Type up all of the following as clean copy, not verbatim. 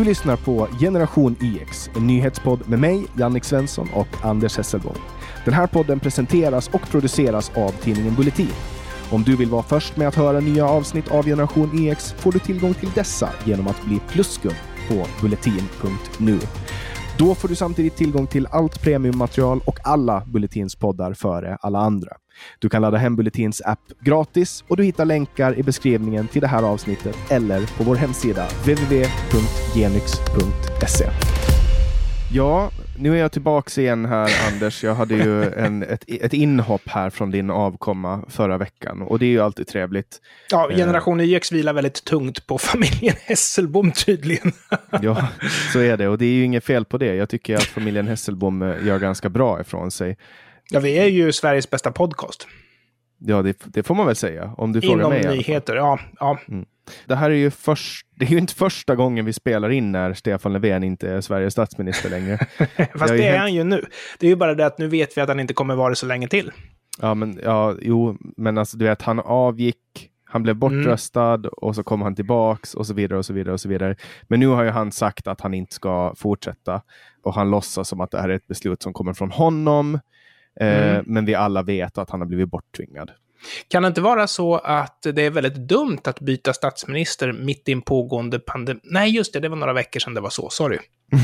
Du lyssnar på Generation EX, en nyhetspodd med mig, Jannik Svensson och Anders Hesselbom. Den här podden presenteras och produceras av tidningen Bulletin. Om du vill vara först med att höra nya avsnitt av Generation EX får du tillgång till dessa genom att bli pluskund på bulletin.nu. Då får du samtidigt tillgång till allt premiummaterial och alla Bulletins poddar före alla andra. Du kan ladda hem Bulletins app gratis och du hittar länkar i beskrivningen till det här avsnittet eller på vår hemsida www.genyx.se. Ja, nu är jag tillbaka igen här, Anders. Jag hade ju ett inhopp här från din avkomma förra veckan och det är ju alltid trevligt. Ja, Generation EX vilar väldigt tungt på familjen Hesselbom tydligen. Ja, så är det och det är ju inget fel på det. Jag tycker att familjen Hesselbom gör ganska bra ifrån sig. Ja, vi är ju Sveriges bästa podcast. Ja, det får man väl säga. Om du frågar mig. Inom nyheter, ja. Mm. Det här är ju det är ju inte första gången vi spelar in när Stefan Löfven inte är Sveriges statsminister längre. Fast det är han ju nu. Det är ju bara det att nu vet vi att han inte kommer vara det så länge till. Ja, men alltså du vet, han avgick, han blev bortröstad och så kom han tillbaks och så vidare och så vidare och så vidare. Men nu har ju han sagt att han inte ska fortsätta och han låtsas som att det här är ett beslut som kommer från honom. Men vi alla vet att han har blivit borttvingad. Kan det inte vara så att det är väldigt dumt att byta statsminister mitt i en pågående pandemi? Nej, just det var några veckor sedan det var så, sorry.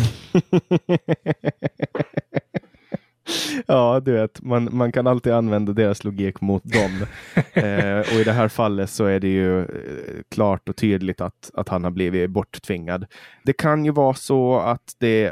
Ja, du vet, man kan alltid använda deras logik mot dem. Och i det här fallet så är det ju klart och tydligt att han har blivit borttvingad. Det kan ju vara så att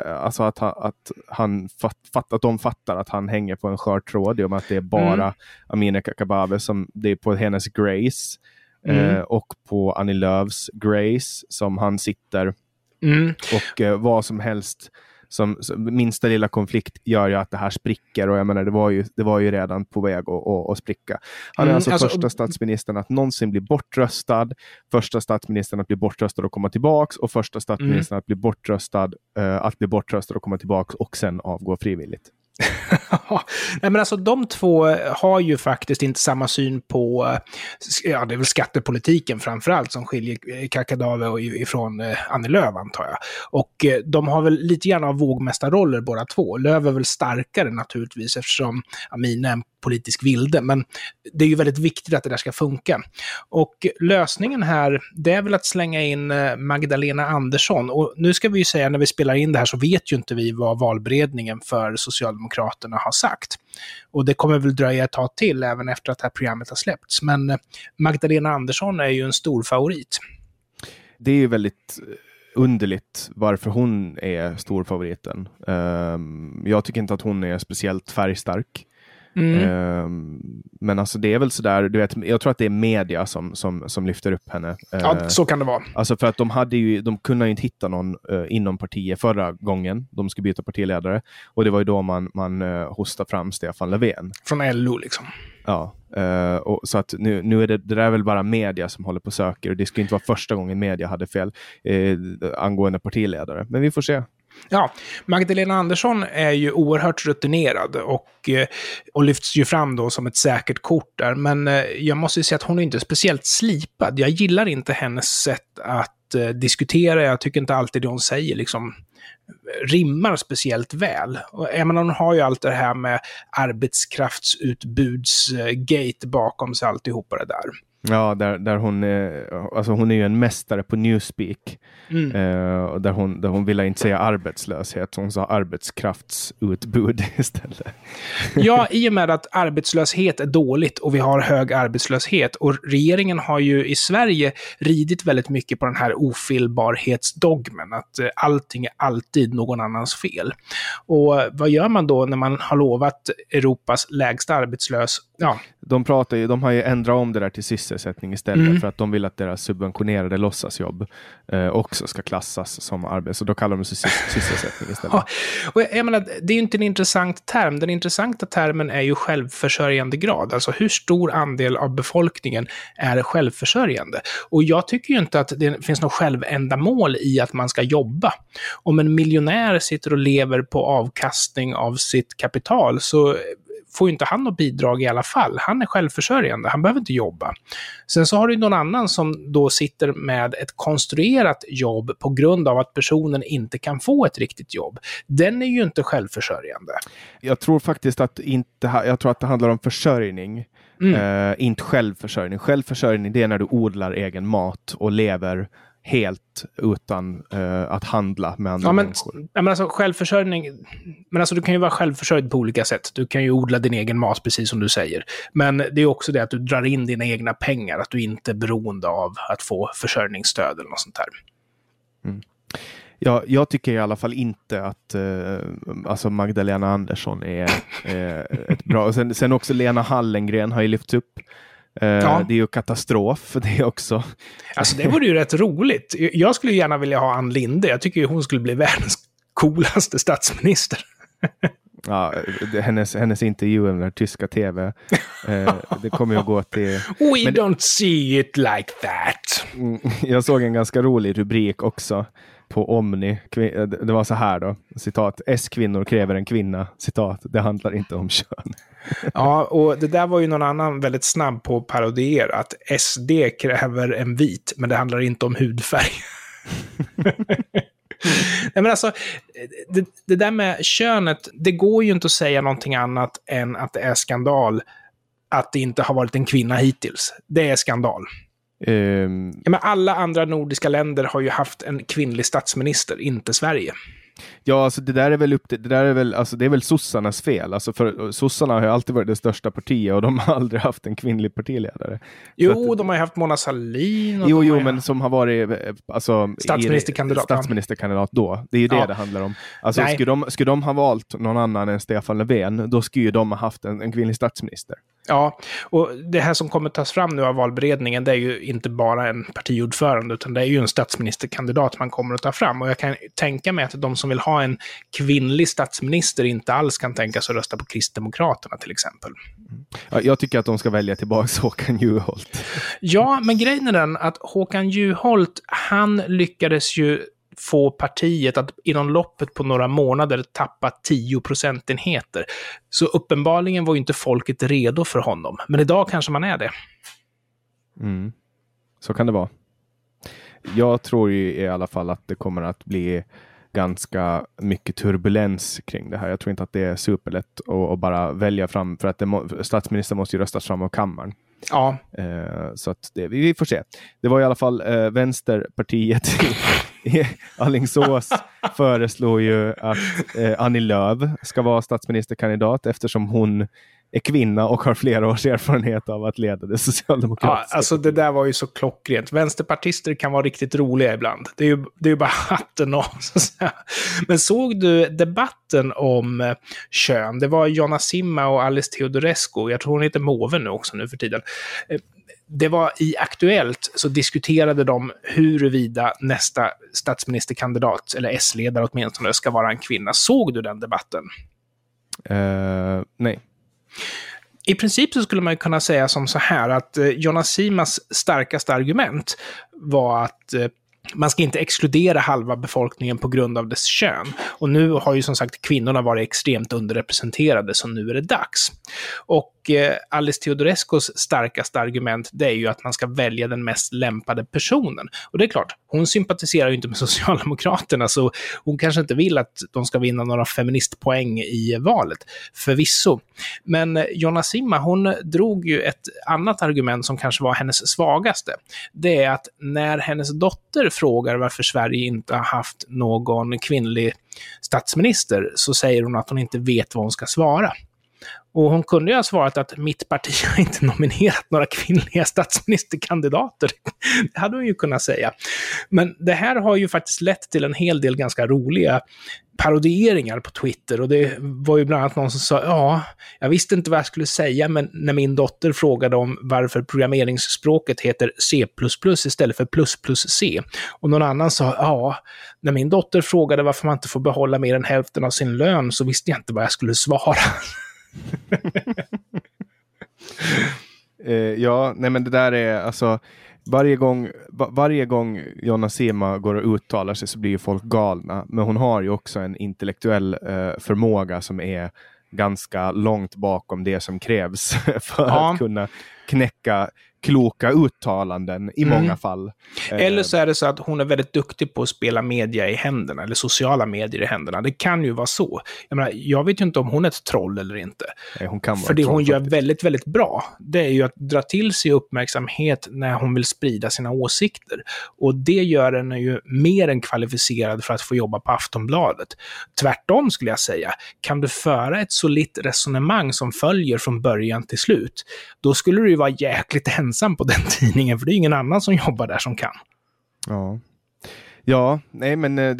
de fattar att han hänger på en skör tråd, om att det är bara Amineh Kakabaveh som det är på hennes grace och på Annie Lööfs grace som han sitter och vad som helst som minsta lilla konflikt gör ju att det här spricker och jag menar det var ju redan på väg att spricka. Han är alltså första statsministern att någonsin bli bortröstad, första statsministern att bli bortröstad och komma tillbaks och första statsministern att bli bortröstad och komma tillbaks och sen avgå frivilligt. Nej, men alltså de två har ju faktiskt inte samma syn på det är väl skattepolitiken framförallt som skiljer Kakabaveh ifrån Annie Lööf, antar jag. Och de har väl lite grann av vågmästarroller båda två. Lööf är väl starkare naturligtvis eftersom Amineh är en politisk vilde, men det är ju väldigt viktigt att det där ska funka. Och lösningen här, det är väl att slänga in Magdalena Andersson. Och nu ska vi ju säga, när vi spelar in det här så vet ju inte vi vad valberedningen för Socialdemokraterna har sagt. Och det kommer väl dröja ett tag till även efter att det här programmet har släppts. Men Magdalena Andersson är ju en stor favorit. Det är ju väldigt underligt varför hon är storfavoriten. Jag tycker inte att hon är speciellt färgstark. Men alltså det är väl sådär, du vet, jag tror att det är media som lyfter upp henne. Ja, så kan det vara. Alltså för att de kunde ju inte hitta någon inom partiet förra gången de skulle byta partiledare och det var ju då man hostade fram Stefan Löfven. Från LO liksom. Ja, och så att nu är det där är väl bara media som håller på och söker och det skulle inte vara första gången media hade fel angående partiledare, men vi får se. Ja, Magdalena Andersson är ju oerhört rutinerad och lyfts ju fram då som ett säkert kort där. Men jag måste ju säga att hon är inte speciellt slipad. Jag gillar inte hennes sätt att diskutera. Jag tycker inte alltid det hon säger liksom rimmar speciellt väl. Och hon har ju allt det här med arbetskraftsutbudsgate bakom sig, alltihopa det där. Ja, där hon är ju en mästare på newspeak. Och där hon ville inte säga arbetslöshet, hon sa arbetskraftsutbud istället. Ja, i och med att arbetslöshet är dåligt och vi har hög arbetslöshet och regeringen har ju i Sverige ridit väldigt mycket på den här ofillbarhetsdogmen att allting är alltid någon annans fel. Och vad gör man då när man har lovat Europas lägsta arbetslös? Ja. De har ju ändrat om det där till sysselsättning istället för att de vill att deras subventionerade låtsasjobb också ska klassas som arbete. Så då kallar de det sysselsättning istället. Ja, och jag menar, det är ju inte en intressant term. Den intressanta termen är ju självförsörjande grad. Alltså hur stor andel av befolkningen är självförsörjande. Och jag tycker ju inte att det finns något självändamål i att man ska jobba. Om en miljonär sitter och lever på avkastning av sitt kapital så får ju inte han något bidrag i alla fall. Han är självförsörjande, han behöver inte jobba. Sen så har du någon annan som då sitter med ett konstruerat jobb på grund av att personen inte kan få ett riktigt jobb. Den är ju inte självförsörjande. Jag tror faktiskt att det handlar om försörjning. Inte självförsörjning. Självförsörjning, det är när du odlar egen mat och lever helt utan att handla med andra människor. Men alltså självförsörjning, men alltså du kan ju vara självförsörjd på olika sätt. Du kan ju odla din egen mat, precis som du säger. Men det är också det att du drar in dina egna pengar, att du inte är beroende av att få försörjningsstöd eller något sånt där. Ja, jag tycker i alla fall inte att alltså Magdalena Andersson är ett bra... Sen också Lena Hallengren har ju lyfts upp. Det är ju katastrof det också. Alltså det vore ju rätt roligt. Jag skulle gärna vilja ha Ann Linde. Jag tycker ju hon skulle bli världens coolaste statsminister. Ja, hennes intervju med den tyska tv. Det kommer ju att gå till... don't see it like that. Jag såg en ganska rolig rubrik också på Omni. Det var så här då, citat: S-kvinnor kräver en kvinna, citat: det handlar inte om kön. Ja, och det där var ju någon annan väldigt snabb på att parodiera, att SD kräver en vit, men det handlar inte om hudfärg. Nej, men alltså, det där med könet, det går ju inte att säga någonting annat än att det är skandal att det inte har varit en kvinna hittills. Det är skandal. Men alla andra nordiska länder har ju haft en kvinnlig statsminister, inte Sverige. Ja, alltså det där är väl sossarnas fel. Alltså för sossarna har ju alltid varit det största partiet och de har aldrig haft en kvinnlig partiledare. Jo, de har ju haft Mona Sahlin. Jo, men som har varit alltså, statsministerkandidat då. Det är ju det handlar om. Alltså skulle de ha valt någon annan än Stefan Löfven, då skulle ju de ha haft en kvinnlig statsminister. Ja, och det här som kommer tas fram nu av valberedningen, det är ju inte bara en partiordförande, utan det är ju en statsministerkandidat man kommer att ta fram. Och jag kan tänka mig att de som vill ha en kvinnlig statsminister inte alls kan tänka sig att rösta på Kristdemokraterna till exempel. Ja, jag tycker att de ska välja tillbaka Håkan Juholt. Ja, men grejen är den att Håkan Juholt, han lyckades ju få partiet att inom loppet på några månader tappa 10 procentenheter. Så uppenbarligen var ju inte folket redo för honom. Men idag kanske man är det. Så kan det vara. Jag tror ju i alla fall att det kommer att bli ganska mycket turbulens kring det här. Jag tror inte att det är superlätt att bara välja fram, för att statsministern måste ju röstas fram av kammaren. Ja. Så att vi får se. Det var i alla fall Vänsterpartiet i Alingsås föreslår ju att Annie Lööf ska vara statsministerkandidat eftersom hon är kvinna och har flera års erfarenhet av att leda det socialdemokratiska. Ja, alltså det där var ju så klockrent. Vänsterpartister kan vara riktigt roliga ibland. Det är ju bara hatten av. Men såg du debatten om kön? Det var Jonna Simma och Alice Teodorescu. Jag tror hon heter Måwe nu också nu för tiden. Det var i Aktuellt så diskuterade de huruvida nästa statsministerkandidat, eller S-ledare åtminstone, ska vara en kvinna. Såg du den debatten? Nej. I princip så skulle man kunna säga som så här att Jonna Simmas starkaste argument var att man ska inte exkludera halva befolkningen på grund av dess kön. Och nu har ju som sagt kvinnorna varit extremt underrepresenterade, så nu är det dags. Och Alice Teodorescus starkaste argument, det är ju att man ska välja den mest lämpade personen. Och det är klart, hon sympatiserar ju inte med Socialdemokraterna, så hon kanske inte vill att de ska vinna några feministpoäng i valet. Förvisso. Men Jonna Simma, hon drog ju ett annat argument som kanske var hennes svagaste. Det är att när hennes dotter frågar varför Sverige inte har haft någon kvinnlig statsminister, så säger hon att hon inte vet vad hon ska svara. Och hon kunde ju ha svarat att mitt parti har inte nominerat några kvinnliga statsministerkandidater. Det hade hon ju kunnat säga. Men det här har ju faktiskt lett till en hel del ganska roliga parodieringar på Twitter. Och det var ju bland annat någon som sa, ja, jag visste inte vad jag skulle säga, men när min dotter frågade om varför programmeringsspråket heter C++ istället för ++C. Och någon annan sa, ja, när min dotter frågade varför man inte får behålla mer än hälften av sin lön, så visste jag inte vad jag skulle svara. Ja, nej men det där är alltså varje gång Jonna Simma går och uttalar sig så blir ju folk galna, men hon har ju också en intellektuell förmåga som är ganska långt bakom det som krävs för att kunna knäcka kloka uttalanden i många fall. Eller så är det så att hon är väldigt duktig på att spela media i händerna, eller sociala medier i händerna. Det kan ju vara så. Jag vet ju inte om hon är ett troll eller inte. Nej, hon kan vara för det troll, hon gör faktiskt väldigt, väldigt bra, det är ju att dra till sig uppmärksamhet när hon vill sprida sina åsikter. Och det gör henne ju mer än kvalificerad för att få jobba på Aftonbladet. Tvärtom skulle jag säga. Kan du föra ett solitt resonemang som följer från början till slut, då skulle du ju vara jäkligt ensam på den tidningen, för det är ingen annan som jobbar där som kan. Ja, nej, men det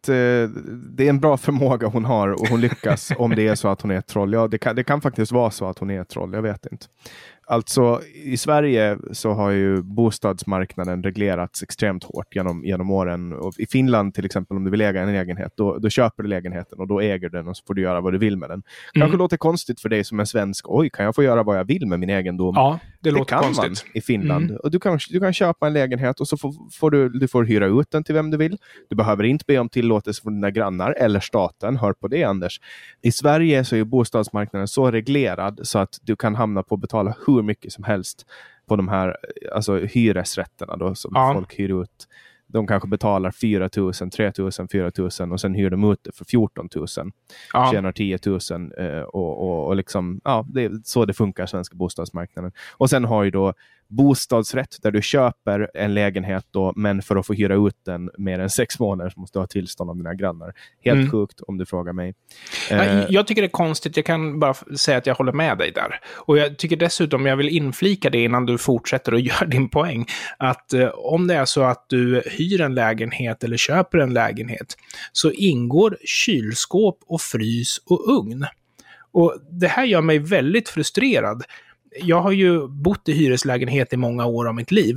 är en bra förmåga hon har, och hon lyckas om det är så att hon är ett troll. Ja, det kan faktiskt vara så att hon är ett troll, jag vet inte. Alltså, i Sverige så har ju bostadsmarknaden reglerats extremt hårt genom åren. Och i Finland till exempel, om du vill äga en lägenhet, då köper du lägenheten och då äger du den och så får du göra vad du vill med den. Kanske låter konstigt för dig som är svensk. Oj, kan jag få göra vad jag vill med min egendom? Ja, det låter kan konstigt. Man i Finland. Och du kan köpa en lägenhet och så får du hyra ut den till vem du vill. Du behöver inte be om tillåtelse från dina grannar eller staten. Hör på det, Anders. I Sverige så är ju bostadsmarknaden så reglerad så att du kan hamna på att betala hur mycket som helst på de här, alltså hyresrätterna då, som folk hyr ut. De kanske betalar 4 000, 3 000, 4 000 och sen hyr de ut det för 14 000. Tjänar 10 000 och liksom, det är så det funkar, svenska bostadsmarknaden. Och sen har ju då bostadsrätt där du köper en lägenhet då, men för att få hyra ut den mer än 6 månader så måste du ha tillstånd av dina grannar. Helt sjukt om du frågar mig. Jag tycker det är konstigt, jag kan bara säga att jag håller med dig där. Och jag tycker dessutom, jag vill inflika det innan du fortsätter och gör din poäng, att om det är så att du hyr en lägenhet eller köper en lägenhet så ingår kylskåp och frys och ugn. Och det här gör mig väldigt frustrerad. Jag har ju bott i hyreslägenhet i många år av mitt liv.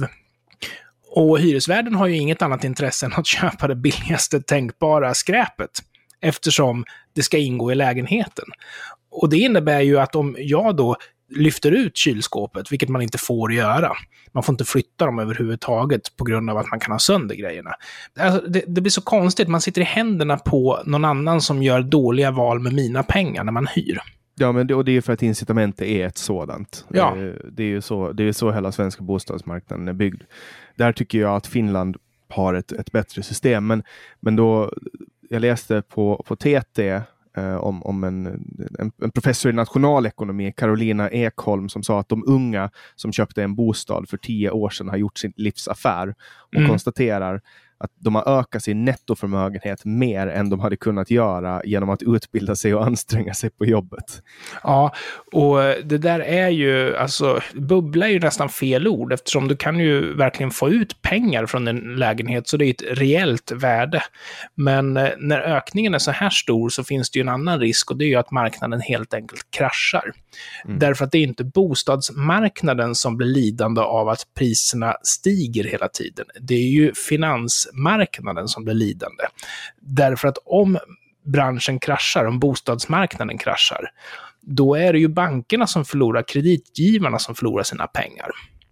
Och hyresvärden har ju inget annat intresse än att köpa det billigaste tänkbara skräpet, eftersom det ska ingå i lägenheten. Och det innebär ju att om jag då lyfter ut kylskåpet, vilket man inte får göra, man får inte flytta dem överhuvudtaget på grund av att man kan ha sönder grejerna. Alltså, det blir så konstigt, man sitter i händerna på någon annan som gör dåliga val med mina pengar när man hyr. Ja, men det är ju för att incitamentet är ett sådant. Ja. Det är ju så hela svenska bostadsmarknaden är byggd. Där tycker jag att Finland har ett bättre system. Men då, jag läste på TT om en professor i nationalekonomi, Carolina Ekholm, som sa att de unga som köpte en bostad för 10 år sedan har gjort sin livsaffär och konstaterar att de har ökat sin nettoförmögenhet mer än de hade kunnat göra genom att utbilda sig och anstränga sig på jobbet. Ja, och det där är ju, alltså, bubbla är ju nästan fel ord, eftersom du kan ju verkligen få ut pengar från en lägenhet, så det är ett reellt värde. Men när ökningen är så här stor så finns det ju en annan risk, och det är ju att marknaden helt enkelt kraschar. Därför att det är inte bostadsmarknaden som blir lidande av att priserna stiger hela tiden. Det är ju finansmarknaden som blir lidande. Därför att om branschen kraschar, om bostadsmarknaden kraschar, då är det ju bankerna som förlorar, kreditgivarna som förlorar sina pengar.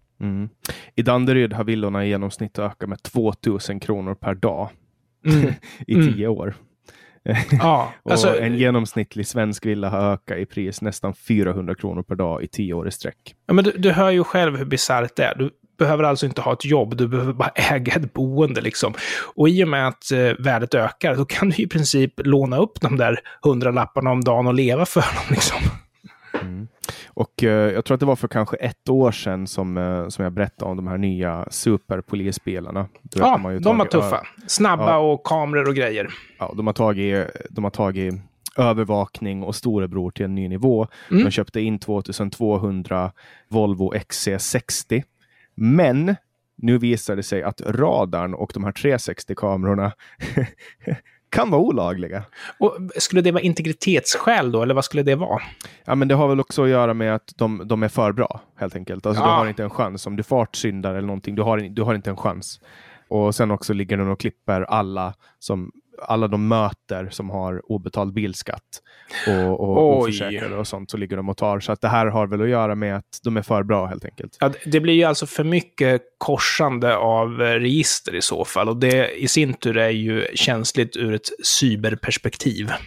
I Danderyd har villorna i genomsnitt ökat med 2000 kronor per dag i 10 år. Ja, alltså, och en genomsnittlig svensk villa har ökat i pris nästan 400 kronor per dag i 10 år i sträck. Ja, men du hör ju själv hur bisarrt det är. Du behöver alltså inte ha ett jobb, du behöver bara äga ett boende liksom. Och i och med att värdet ökar, då kan du i princip låna upp de där 100-lapparna om dagen och leva för dem liksom. Och jag tror att det var för kanske 1 år sedan som jag berättade om de här nya superpolisbilarna. Ja, de var tuffa. Snabba och kameror och grejer. Ja, de har tagit övervakning och storebror till en ny nivå. De köpte in 2200 Volvo XC60. Men nu visar det sig att radarn och de här 360-kamerorna kan vara olagliga. Och skulle det vara integritetsskäl då, eller vad skulle det vara? Ja, men det har väl också att göra med att de är för bra, helt enkelt. Alltså du har inte en chans. Om du fartsyndar eller någonting, du har inte en chans. Och sen också ligger den och klipper alla de möter som har obetald bilskatt och oförsäkrade och sånt, så ligger de och tar. Så att det här har väl att göra med att de är för bra, helt enkelt. Ja, det blir ju alltså för mycket korsande av register i så fall, och det i sin tur är ju känsligt ur ett cyberperspektiv.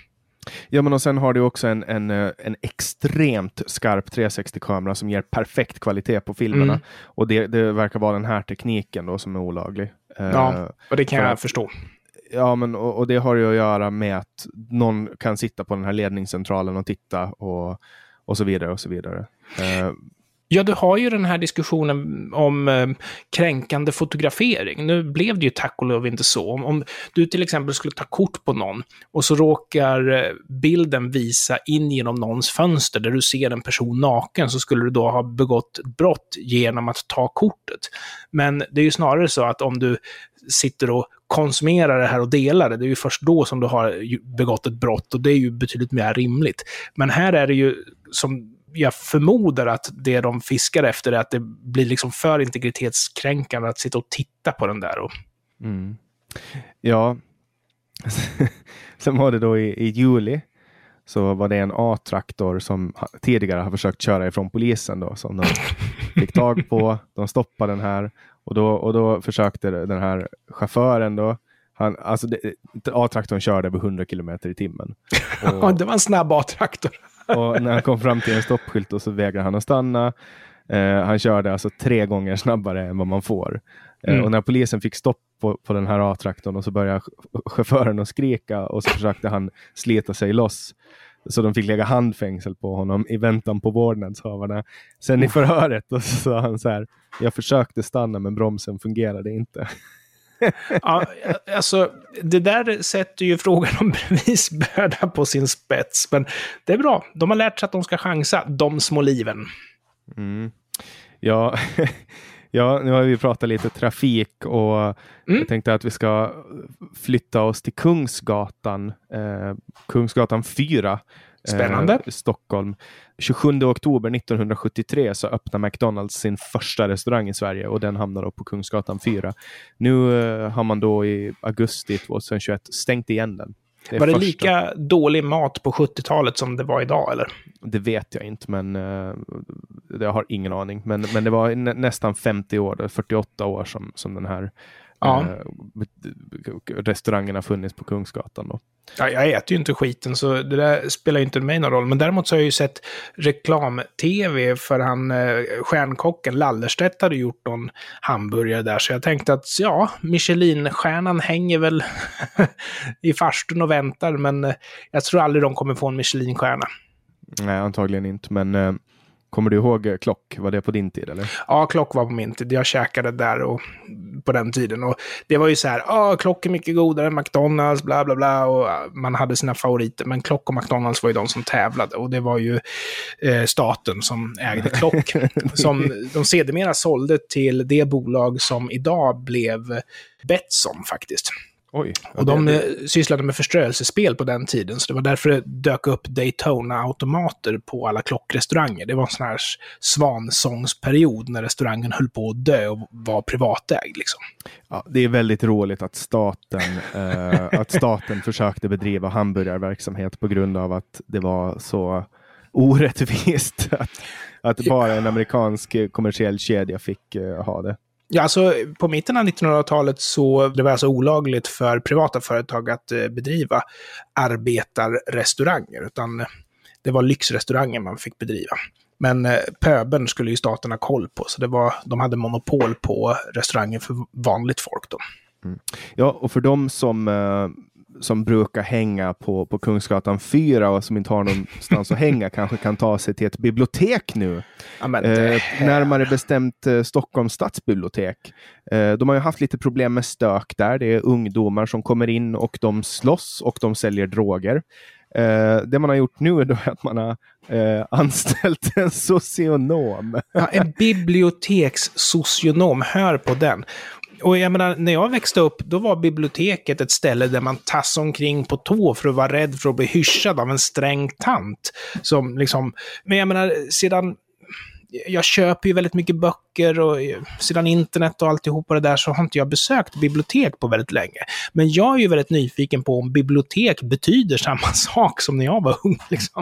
Ja, men och sen har du också en extremt skarp 360-kamera som ger perfekt kvalitet på filmerna. Och det verkar vara den här tekniken då som är olaglig. Ja, och det kan jag förstå. Ja, men och det har ju att göra med att någon kan sitta på den här ledningscentralen och titta och så vidare och så vidare. Ja, du har ju den här diskussionen om kränkande fotografering. Nu blev det ju tack och lov inte så. Om du till exempel skulle ta kort på någon och så råkar bilden visa in genom någons fönster där du ser en person naken, så skulle du då ha begått ett brott genom att ta kortet. Men det är ju snarare så att om du sitter och konsumerar det här och delar det är ju först då som du har begått ett brott, och det är ju betydligt mer rimligt. Men här är det ju som jag förmodar att det de fiskar efter är att det blir liksom för integritetskränkande att sitta och titta på den där. Ja, sen var det då i juli, så var det en A-traktor som tidigare har försökt köra ifrån polisen då, som de fick tag på. De stoppade den här och då försökte den här chauffören då, A-traktorn körde över 100 km i timmen. Ja, det var en snabb A-traktor. Och när han kom fram till en stoppskylt och så vägrade han att stanna. Han körde alltså 3 gånger snabbare än vad man får. Och när polisen fick stopp på den här A-traktorn, och så började chauffören att skrika, och så försökte han slita sig loss. Så de fick lägga handfängsel på honom i väntan på vårdnadshavarna. Sen i förhöret och så sa han så här: jag försökte stanna men bromsen fungerade inte. Ja, alltså det där sätter ju frågan om bevisbörda på sin spets, men det är bra. De har lärt sig att de ska chansa de små liven. Ja, ja, nu har vi pratat lite trafik, och jag tänkte att vi ska flytta oss till Kungsgatan, Kungsgatan 4. Spännande. Stockholm. 27 oktober 1973 så öppnar McDonald's sin första restaurang i Sverige, och den hamnar då på Kungsgatan 4. Nu har man då i augusti 2021 stängt igen den. Var det lika dålig mat på 70-talet som det var idag, eller? Det vet jag inte, men jag har ingen aning. Men det var nästan 50 år, 48 år som den här restaurangen har funnits på Kungsgatan då. Ja, jag äter ju inte skiten, så det där spelar ju inte mig någon roll. Men däremot så har jag ju sett reklam-tv för han stjärnkocken Lallerstedt hade gjort någon hamburgare där. Så jag tänkte att Michelin-stjärnan hänger väl i farstun och väntar. Men jag tror aldrig de kommer få en Michelin-stjärna. Nej, antagligen inte. Men kommer du ihåg Klock? Var det på din tid, eller? Ja, Klock var på min tid. Jag käkade där och på den tiden. Och det var ju så här, Klock är mycket godare än McDonald's, bla bla bla. Och man hade sina favoriter. Men Klock och McDonald's var ju de som tävlade. Och det var ju staten som ägde Klock. Som de sedermera sålde till det bolag som idag blev Betsson faktiskt. Oj, och de sysslade med förströelsespel på den tiden, så det var därför det dök upp Daytona-automater på alla klockrestauranger. Det var en sån här svansångsperiod när restaurangen höll på att dö och var privatägd liksom. Ja, det är väldigt roligt att staten försökte bedriva hamburgarverksamhet på grund av att det var så orättvist att bara en amerikansk kommersiell kedja fick ha det. Ja, alltså på mitten av 1900-talet så det var alltså olagligt för privata företag att bedriva arbetarrestauranger, utan det var lyxrestauranger man fick bedriva. Men pöbeln skulle ju staten ha koll på, så de hade monopol på restauranger för vanligt folk då. Ja, och för de som brukar hänga på Kungsgatan 4 och som inte har någonstans att hänga kanske kan ta sig till ett bibliotek nu. Ja, men närmare bestämt Stockholms stadsbibliotek. De har ju haft lite problem med stök där. Det är ungdomar som kommer in och de slåss och de säljer droger. Det man har gjort nu är då att man har anställt en socionom. Ja, en bibliotekssocionom, hör på den. Och jag menar, när jag växte upp, då var biblioteket ett ställe där man tassade omkring på tå för att vara rädd för att bli hyschad av en sträng tant. Som liksom, men jag menar, sedan jag köper ju väldigt mycket böcker och sedan internet och alltihopa det där så har inte jag besökt bibliotek på väldigt länge. Men jag är ju väldigt nyfiken på om bibliotek betyder samma sak som när jag var ung liksom.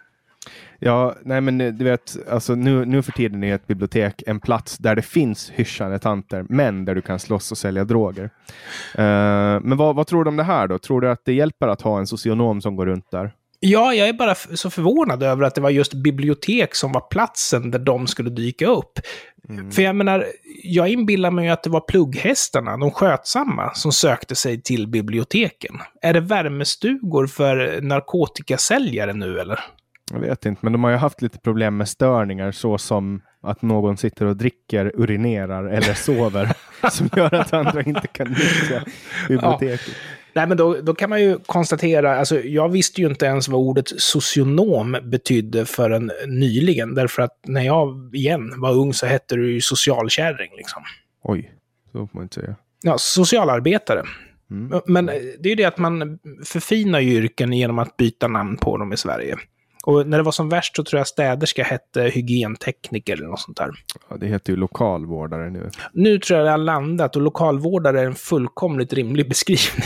Ja, nej men du vet, alltså nu för tiden är ett bibliotek en plats där det finns hyschande tanter, men där du kan slåss och sälja droger. Men vad tror du om det här då? Tror du att det hjälper att ha en socionom som går runt där? Ja, jag är bara så förvånad över att det var just bibliotek som var platsen där de skulle dyka upp. För jag menar, jag inbillar mig att det var plugghästarna, de skötsamma, som sökte sig till biblioteken. Är det värmestugor för narkotikasäljare nu, eller? Jag vet inte, men de har ju haft lite problem med störningar, så som att någon sitter och dricker, urinerar eller sover, som gör att andra inte kan nyttja biblioteket. Ja. Nej, men då kan man ju konstatera, alltså jag visste ju inte ens vad ordet socionom betydde förrän nyligen, därför att när jag igen var ung så hette det ju socialkärring liksom. Oj, så får man inte säga. Ja, socialarbetare. Men det är ju det att man förfinar ju yrken genom att byta namn på dem i Sverige. Och när det var som värst så tror jag städerska hette hygientekniker eller något sånt där. Ja, det heter ju lokalvårdare nu. Nu tror jag det har landat, och lokalvårdare är en fullkomligt rimlig beskrivning.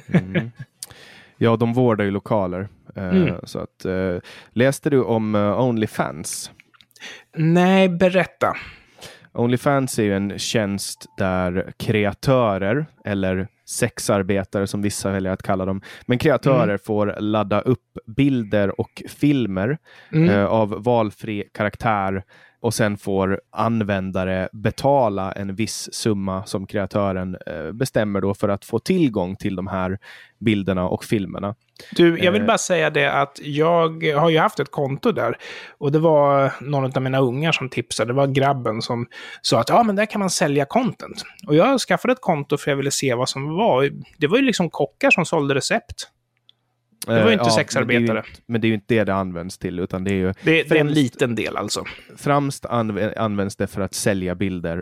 Ja, de vårdar ju lokaler. Så att, läste du om OnlyFans? Nej, berätta. OnlyFans är ju en tjänst där kreatörer, eller sexarbetare som vissa väljer att kalla dem, men kreatörer får ladda upp bilder och filmer av valfri karaktär, och sen får användare betala en viss summa som kreatören bestämmer då för att få tillgång till de här bilderna och filmerna. Du, jag vill bara säga det att jag har ju haft ett konto där, och det var någon av mina ungar som tipsade. Det var grabben som sa att men där kan man sälja content. Och jag skaffade ett konto för jag ville se vad som var. Det var ju liksom kockar som sålde recept. Det var ju inte sexarbetare. Men det är ju inte det används till, utan det är ju... Det är en liten del alltså. Främst används det för att sälja bilder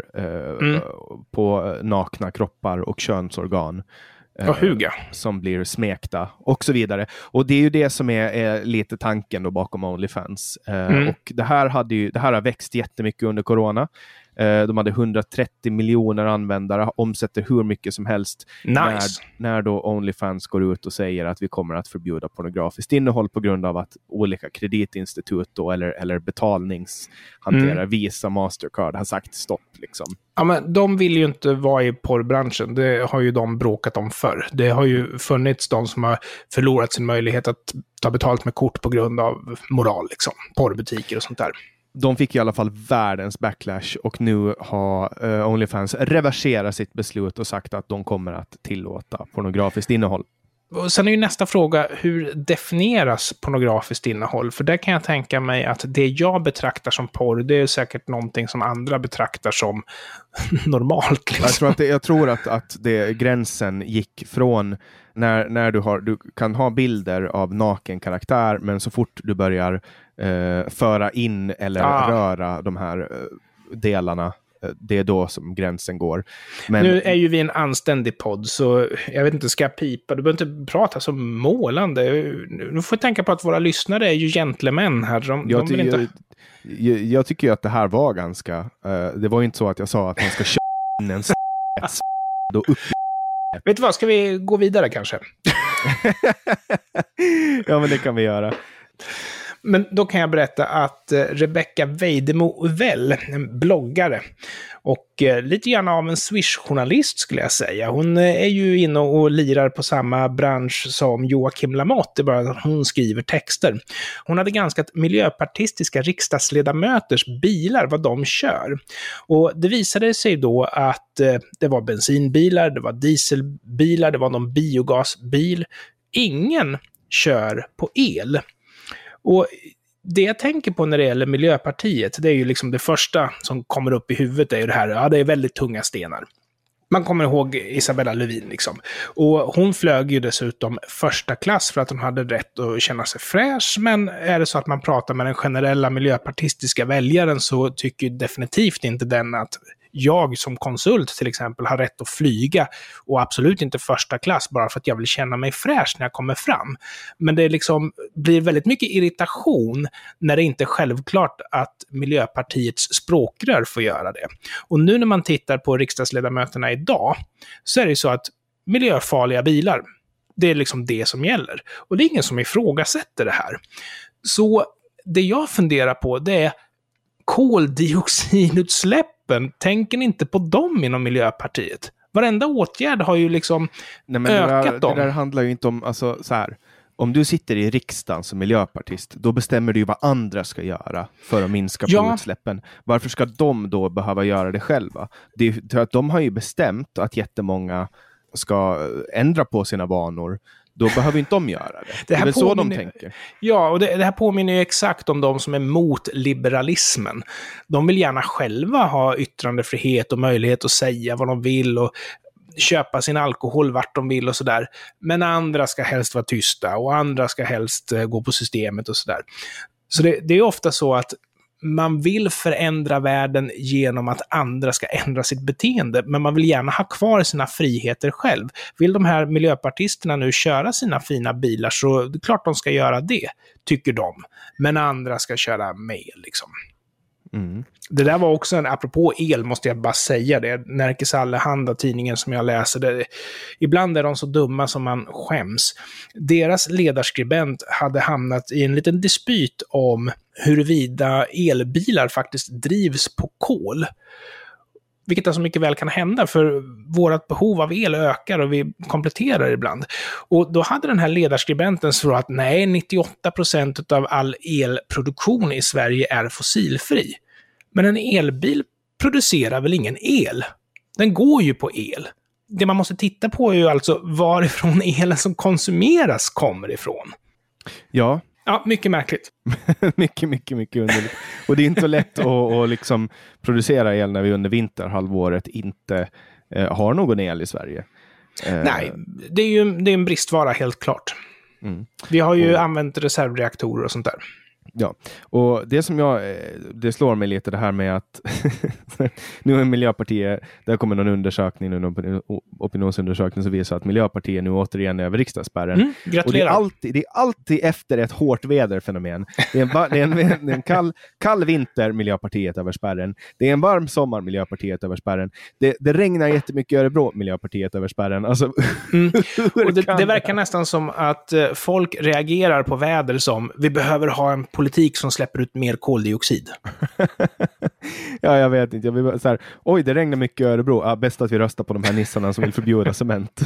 på nakna kroppar och könsorgan. Och huga. Som blir smekta och så vidare. Och det är ju det som är lite tanken då bakom OnlyFans. Och det här har växt jättemycket under corona. De hade 130 miljoner användare, omsätter hur mycket som helst. Nice. När då OnlyFans går ut och säger att vi kommer att förbjuda pornografiskt innehåll på grund av att olika kreditinstitut då, eller betalningshanterare, Visa, Mastercard, har sagt stopp liksom. Ja, men de vill ju inte vara i porrbranschen. Det har ju de bråkat om förr. Det har ju funnits de som har förlorat sin möjlighet att ta betalt med kort på grund av moral liksom. Porrbutiker och sånt där. De fick i alla fall världens backlash, och nu har OnlyFans reverserat sitt beslut och sagt att de kommer att tillåta pornografiskt innehåll. Och sen är ju nästa fråga, hur definieras pornografiskt innehåll? För där kan jag tänka mig att det jag betraktar som porr, det är säkert någonting som andra betraktar som normalt. Liksom. Jag tror att gränsen gick från när du kan ha bilder av naken karaktär, men så fort du börjar föra in eller röra de här delarna, det är då som gränsen går. Men nu är ju vi en anständig podd, så jag vet inte, ska jag pipa? Du behöver inte prata så målande. Nu får jag tänka på att våra lyssnare är ju gentlemän här. Jag tycker ju att det här var ganska... det var ju inte så att jag sa att man ska köra in en då upp. Vet du vad, ska vi gå vidare kanske? Ja, men det kan vi göra. Men då kan jag berätta att Rebecca Weidemo Uvell, en bloggare och lite grann av en Swish-journalist skulle jag säga. Hon är ju inne och lirar på samma bransch som Joakim Lamotte, det är bara att hon skriver texter. Hon hade granskat miljöpartistiska riksdagsledamöters bilar, vad de kör. Och det visade sig då att det var bensinbilar, det var dieselbilar, det var någon biogasbil. Ingen kör på el. Och det jag tänker på när det gäller Miljöpartiet, det är ju liksom det första som kommer upp i huvudet är ju det här, det är väldigt tunga stenar. Man kommer ihåg Isabella Lövin liksom. Och hon flög ju dessutom första klass för att hon hade rätt att känna sig fräsch, men är det så att man pratar med den generella miljöpartistiska väljaren så tycker definitivt inte den att jag som konsult till exempel har rätt att flyga och absolut inte första klass bara för att jag vill känna mig fräsch när jag kommer fram. Men det liksom blir väldigt mycket irritation när det inte är självklart att Miljöpartiets språkrör får göra det. Och nu när man tittar på riksdagsledamöterna idag så är det så att miljöfarliga bilar, det är liksom det som gäller. Och det är ingen som ifrågasätter det här. Så det jag funderar på det är koldioxidutsläppen. Tänker ni inte på dem inom Miljöpartiet? Varenda åtgärd har ju liksom ökat dem. Det där handlar ju inte om, alltså så här, Om du sitter i riksdagen som miljöpartist, då bestämmer du ju vad andra ska göra för att minska på utsläppen. Varför ska de då behöva göra det själva? Det är för att de har ju bestämt att jättemånga ska ändra på sina vanor. Då behöver inte de göra det. Det är väl så de tänker. Ja, och det här påminner ju exakt om de som är mot liberalismen. De vill gärna själva ha yttrandefrihet och möjlighet att säga vad de vill och köpa sin alkohol vart de vill och sådär. Men andra ska helst vara tysta och andra ska helst gå på systemet och sådär. Så det är ofta så att man vill förändra världen genom att andra ska ändra sitt beteende, men man vill gärna ha kvar sina friheter själv. Vill de här miljöpartisterna nu köra sina fina bilar, så det är klart de ska göra det, tycker de. Men andra ska köra med, liksom. Mm. Det där var också apropå el, måste jag bara säga det. Nerikes Allehanda, tidningen som jag läser, det, ibland är de så dumma som man skäms. Deras ledarskribent hade hamnat i en liten dispyt om huruvida elbilar faktiskt drivs på kol. Vilket alltså mycket väl kan hända, för vårt behov av el ökar och vi kompletterar ibland. Och då hade den här ledarskribenten svarat att nej, 98% av all elproduktion i Sverige är fossilfri. Men en elbil producerar väl ingen el? Den går ju på el. Det man måste titta på är ju alltså varifrån elen som konsumeras kommer ifrån. Ja. Ja, mycket märkligt. mycket underligt. Och det är inte så lätt att liksom producera el när vi under vinterhalvåret inte har någon el i Sverige. Nej, det är en bristvara helt klart. Mm. Vi har ju använt reservreaktorer och sånt där. Ja, och det som det slår mig lite det här med att nu är Miljöpartiet, där kommer någon undersökning, en opinionsundersökning som visar att Miljöpartiet nu återigen är över riksdagsspärren. Gratulerar. Och det är alltid efter ett hårt väderfenomen. Det är en kall vinter, Miljöpartiet över spärren. Det är en varm sommar, Miljöpartiet över spärren. Det regnar jättemycket i Örebro, Miljöpartiet över spärren. Alltså, och det verkar nästan som att folk reagerar på väder som vi behöver ha en politik som släpper ut mer koldioxid. Ja, jag vet inte. Jag vill så här, oj, det regnar mycket i Örebro. Bäst att vi röstar på de här nissarna som vill förbjuda cement.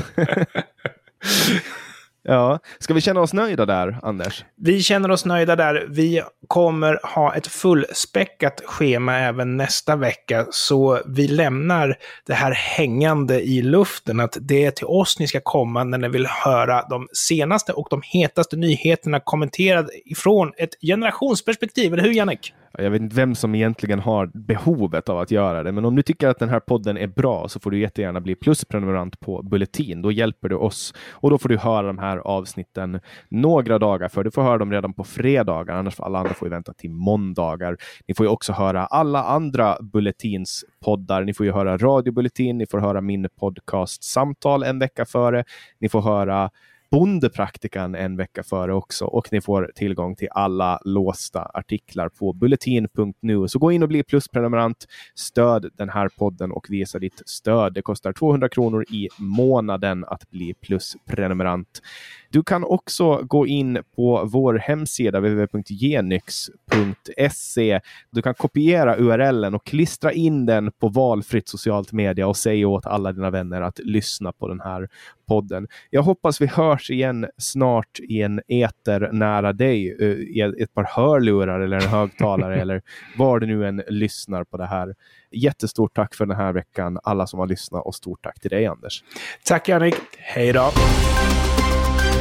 Ja, ska vi känna oss nöjda där, Anders? Vi känner oss nöjda där. Vi kommer ha ett fullspäckat schema även nästa vecka, så vi lämnar det här hängande i luften att det är till oss ni ska komma när ni vill höra de senaste och de hetaste nyheterna kommenterade ifrån ett generationsperspektiv. Eller hur, Jannik? Jag vet inte vem som egentligen har behovet av att göra det, men om du tycker att den här podden är bra så får du jättegärna bli plusprenumerant på Bulletin. Då hjälper du oss och då får du höra de här avsnitten några dagar för. Du får höra dem redan på fredagar, annars får alla andra får ju vänta till måndagar. Ni får ju också höra alla andra Bulletins poddar. Ni får ju höra radiobulletin, ni får höra min podcast Samtal en vecka före. Ni får höra Bondepraktikan en vecka före också, och ni får tillgång till alla låsta artiklar på bulletin.nu. Så gå in och bli plusprenumerant, stöd den här podden och visa ditt stöd. Det kostar 200 kronor i månaden att bli plusprenumerant. Du kan också gå in på vår hemsida www.genyx.se. Du kan kopiera URLen och klistra in den på valfritt socialt media och säga åt alla dina vänner att lyssna på den här podden. Jag hoppas vi hörs igen snart i en eter nära dig, i ett par hörlurar eller en högtalare eller var du nu än lyssnar på det här. Jättestort tack för den här veckan, alla som har lyssnat, och stort tack till dig, Anders. Tack, Jannik. Hej då.